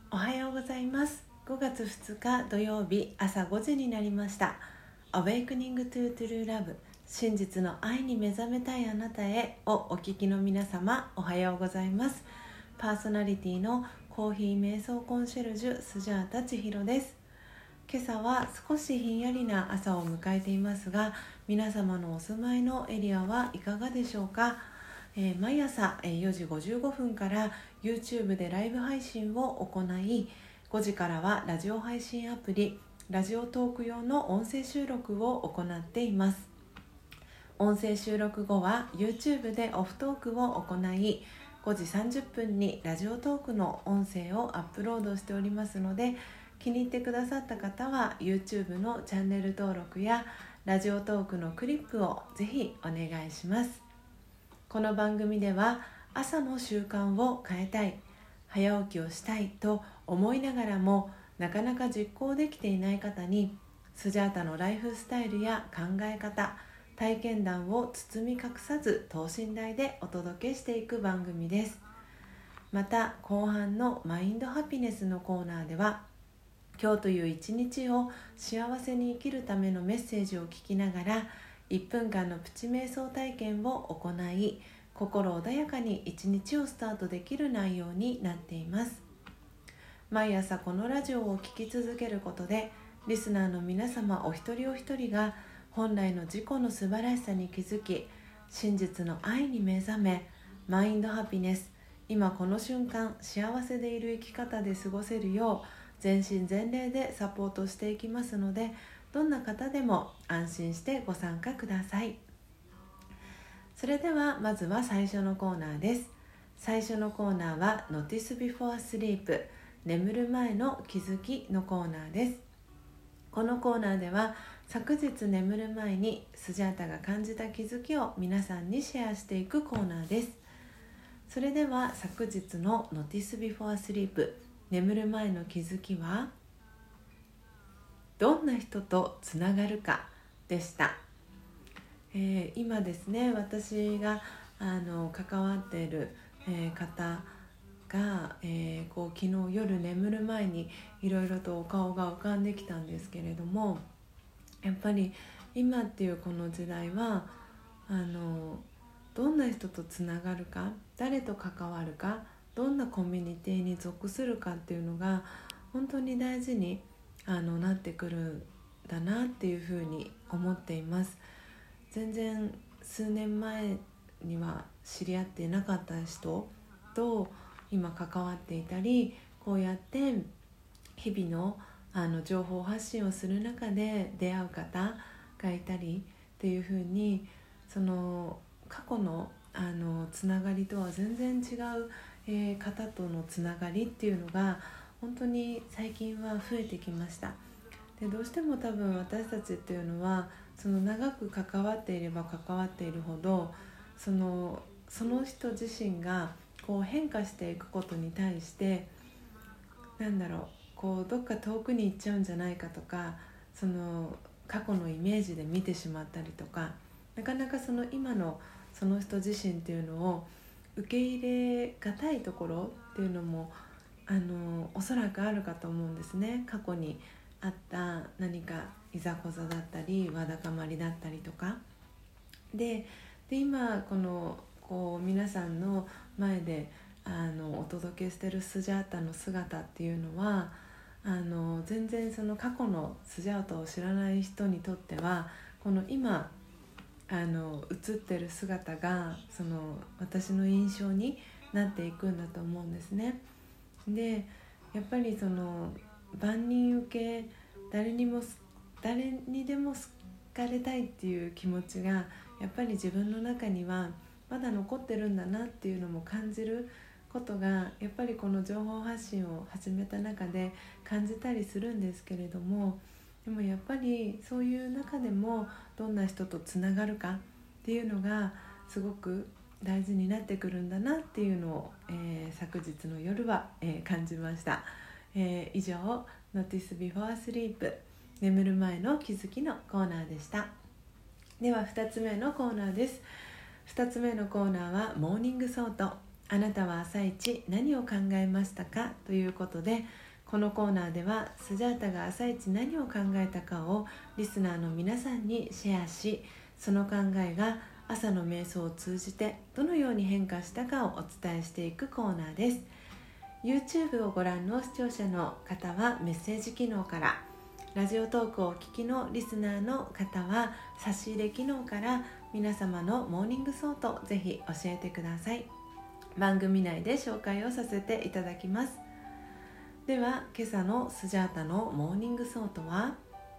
おはようございます。5月2日土曜日朝5時になりました。 Awakening to True Love 真実の愛に目覚めたいあなたへをお聞きの皆様、おはようございます。パーソナリティのコーヒー瞑想コンシェルジュスジャータ千尋です。今朝は少しひんやりな朝を迎えていますが、皆様のお住まいのエリアはいかがでしょうか。毎朝4時55分から YouTube でライブ配信を行い、5時からはラジオ配信アプリラジオトーク用の音声収録を行っています。音声収録後は YouTube でオフトークを行い、5時30分にラジオトークの音声をアップロードしておりますので、気に入ってくださった方は YouTube のチャンネル登録やラジオトークのクリップをぜひお願いします。この番組では朝の習慣を変えたい、早起きをしたいと思いながらもなかなか実行できていない方に、スジャータのライフスタイルや考え方、体験談を包み隠さず等身大でお届けしていく番組です。また後半のマインドハピネスのコーナーでは、今日という一日を幸せに生きるためのメッセージを聞きながら1分間のプチ瞑想体験を行い、心穏やかに一日をスタートできる内容になっています。毎朝このラジオを聴き続けることで、リスナーの皆様お一人お一人が本来の自己の素晴らしさに気づき、真実の愛に目覚め、マインドハピネス、今この瞬間幸せでいる生き方で過ごせるよう全身全霊でサポートしていきますので、どんな方でも安心してご参加ください。それではまずは最初のコーナーです。最初のコーナーは Notice Before Sleep 眠る前の気づきのコーナーです。このコーナーでは昨日眠る前にスジャータが感じた気づきを皆さんにシェアしていくコーナーです。それでは昨日の Notice Before Sleep 眠る前の気づきは、どんな人とつながるかでした。今ですね、私が関わっている、方が、昨日夜眠る前にいろいろとお顔が浮かんできたんですけれども、やっぱり今っていうこの時代はどんな人とつながるか、誰と関わるか、どんなコミュニティに属するかっていうのが本当に大事になってくるんだなっていうふうに思っています。全然数年前には知り合っていなかった人と今関わっていたり、こうやって日々の情報発信をする中で出会う方がいたりっていうふうに、その過去のつながりとは全然違う、方とのつながりっていうのが本当に最近は増えてきました。でどうしても多分私たちっていうのはその長く関わっていれば関わっているほど、その人自身がこう変化していくことに対してどっか遠くに行っちゃうんじゃないかとか、その過去のイメージで見てしまったりとか、なかなかその今のその人自身っていうのを受け入れがたいところっていうのもおそらくあるかと思うんですね。過去にあった何かいざこざだったりわだかまりだったりとかで今皆さんの前でお届けしてるスジャータの姿っていうのは全然その過去のスジャータを知らない人にとっては、この今映ってる姿がその私の印象になっていくんだと思うんですね。でやっぱりその万人受け、誰にでも好かれたいっていう気持ちがやっぱり自分の中にはまだ残ってるんだなっていうのも感じることが、やっぱりこの情報発信を始めた中で感じたりするんですけれども、でもやっぱりそういう中でもどんな人とつながるかっていうのがすごく大事になってくるんだなっていうのを、昨日の夜は、感じました。以上 Notice Before Sleep 眠る前の気づきのコーナーでした。では2つ目のコーナーです。2つ目のコーナーはモーニングソート。 あなたは朝一何を考えましたかということで、このコーナーではスジャータが朝一何を考えたかをリスナーの皆さんにシェアし、その考えが朝の瞑想を通じてどのように変化したかをお伝えしていくコーナーです。 YouTube をご覧の視聴者の方はメッセージ機能から、ラジオトークをお聞きのリスナーの方は差し入れ機能から皆様のモーニングソートぜひ教えてください。番組内で紹介をさせていただきます。では今朝のスジャータのモーニングソートは、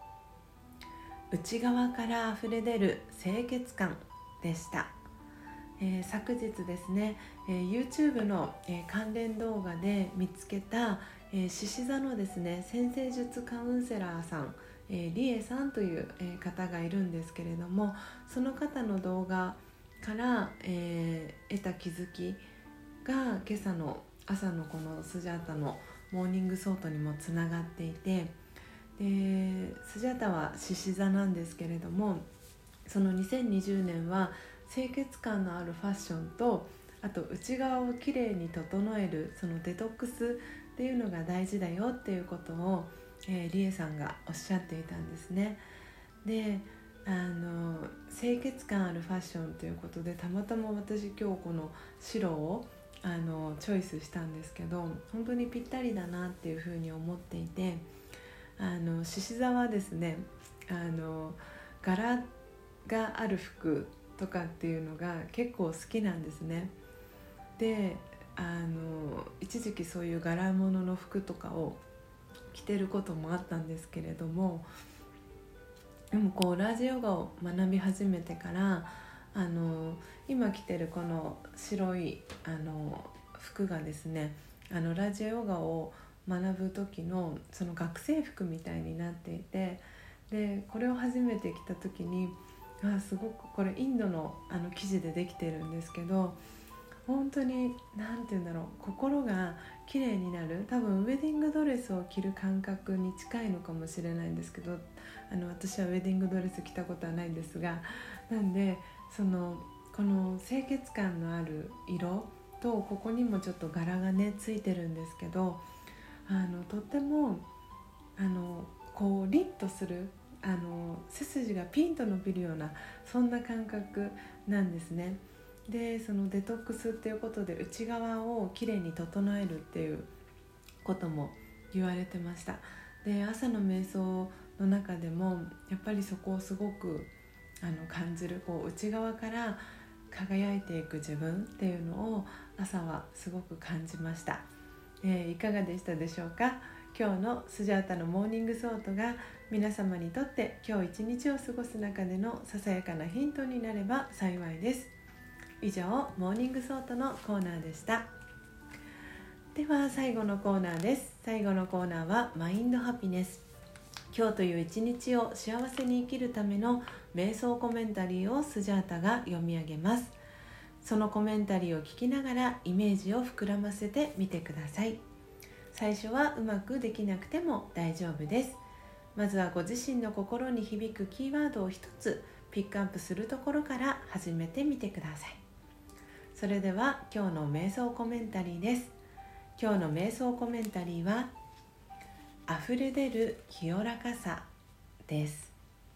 内側からあふれ出る清潔感でした。昨日ですね、YouTube の、関連動画で見つけた、獅子座のですね占星術カウンセラーさん、リエさんという、方がいるんですけれども、その方の動画から、得た気づきが今朝の朝のこのスジャータのモーニングソートにもつながっていて、でスジャータは獅子座なんですけれども、その2020年は清潔感のあるファッションと、あと内側をきれいに整えるそのデトックスっていうのが大事だよっていうことを、リエさんがおっしゃっていたんですね。で清潔感あるファッションということで、たまたま私今日この白をチョイスしたんですけど、本当にぴったりだなっていうふうに思っていて、獅子座はですね柄がある服とかっていうのが結構好きなんですね。で一時期そういう柄物の服とかを着てることもあったんですけれども、でもこうラージヨガを学び始めてから今着てるこの白い服がですね、ラージヨガを学ぶ時のその学生服みたいになっていて、でこれを初めて着た時にすごくこれインドの生地でできてるんですけど、本当になんていうんだろう、心が綺麗になる、多分ウェディングドレスを着る感覚に近いのかもしれないんですけど、私はウェディングドレス着たことはないんですが、なんでこの清潔感のある色と、ここにもちょっと柄がねついてるんですけど、とってもこう凛とする背筋がピンと伸びるような、そんな感覚なんですね。でそのデトックスっていうことで内側をきれいに整えるっていうことも言われてました。で朝の瞑想の中でもやっぱりそこをすごく感じる、こう内側から輝いていく自分っていうのを朝はすごく感じました。いかがでしたでしょうか。今日のスジャータのモーニングソートが皆様にとって今日一日を過ごす中でのささやかなヒントになれば幸いです。以上、モーニングソートのコーナーでした。では最後のコーナーです。最後のコーナーはマインドハピネス。今日という一日を幸せに生きるための瞑想コメンタリーをスジャータが読み上げます。そのコメンタリーを聞きながらイメージを膨らませてみてください。最初はうまくできなくても大丈夫です。まずはご自身の心に響くキーワードを一つピックアップするところから始めてみてください。それでは今日の瞑想コメンタリーです。今日の瞑想コメンタリーは溢れ出る清らかさです。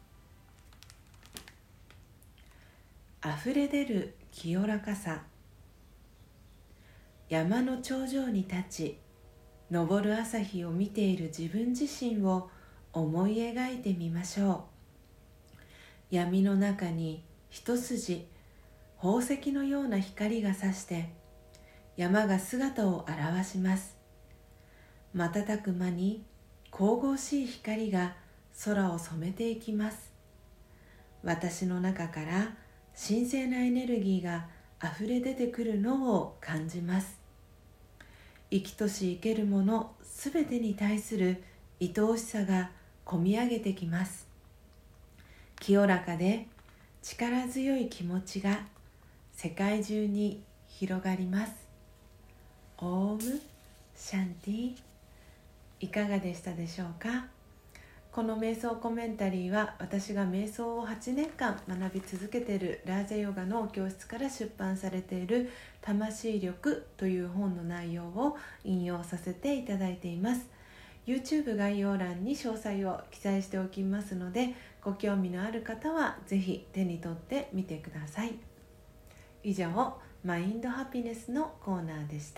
溢れ出る清らかさ。山の頂上に立ち、昇る朝日を見ている自分自身を思い描いてみましょう。闇の中に一筋宝石のような光が差して山が姿を現します。瞬く間に神々しい光が空を染めていきます。私の中から神聖なエネルギーがあふれ出てくるのを感じます。生きとし生けるものすべてに対する愛おしさがこみ上げてきます。清らかで力強い気持ちが世界中に広がります。オームシャンティ。いかがでしたでしょうか。 この瞑想コメンタリーは私が瞑想を8年間学び続けているラージャヨガの教室から出版されている魂力という本の内容を引用させていただいています。 YouTube 概要欄に詳細を記載しておきますので、ご興味のある方はぜひ手に取ってみてください。以上、マインドハピネスのコーナーでした。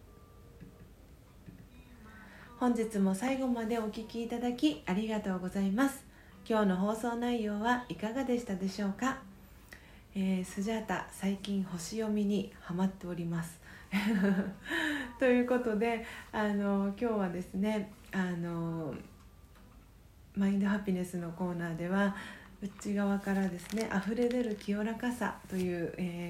本日も最後までお聞きいただきありがとうございます。今日の放送内容はいかがでしたでしょうか。スジャータ、最近星読みにハマっておりますということで今日はですねマインドハピネスのコーナーでは内側からですね溢れ出る清らかさという、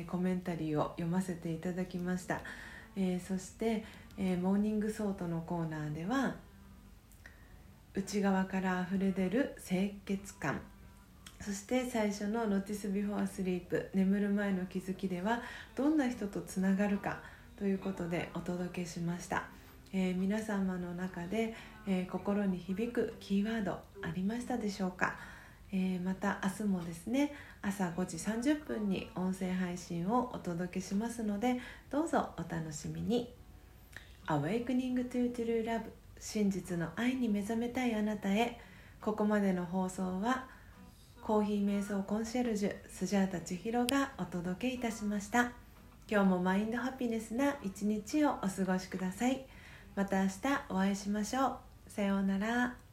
コメンタリーを読ませていただきました。そして、モーニングソートのコーナーでは内側から溢れ出る清潔感、そして最初の Notice Before Sleep 眠る前の気づきではどんな人とつながるかということでお届けしました。皆様の中で、心に響くキーワードありましたでしょうか。また明日もですね朝5時30分に音声配信をお届けしますので、どうぞお楽しみに。 Awakening to True Love、 真実の愛に目覚めたいあなたへ。ここまでの放送はコーヒー瞑想コンシェルジュスジャータ千尋がお届けいたしました。今日もマインドハピネスな一日をお過ごしください。また明日お会いしましょう。さようなら。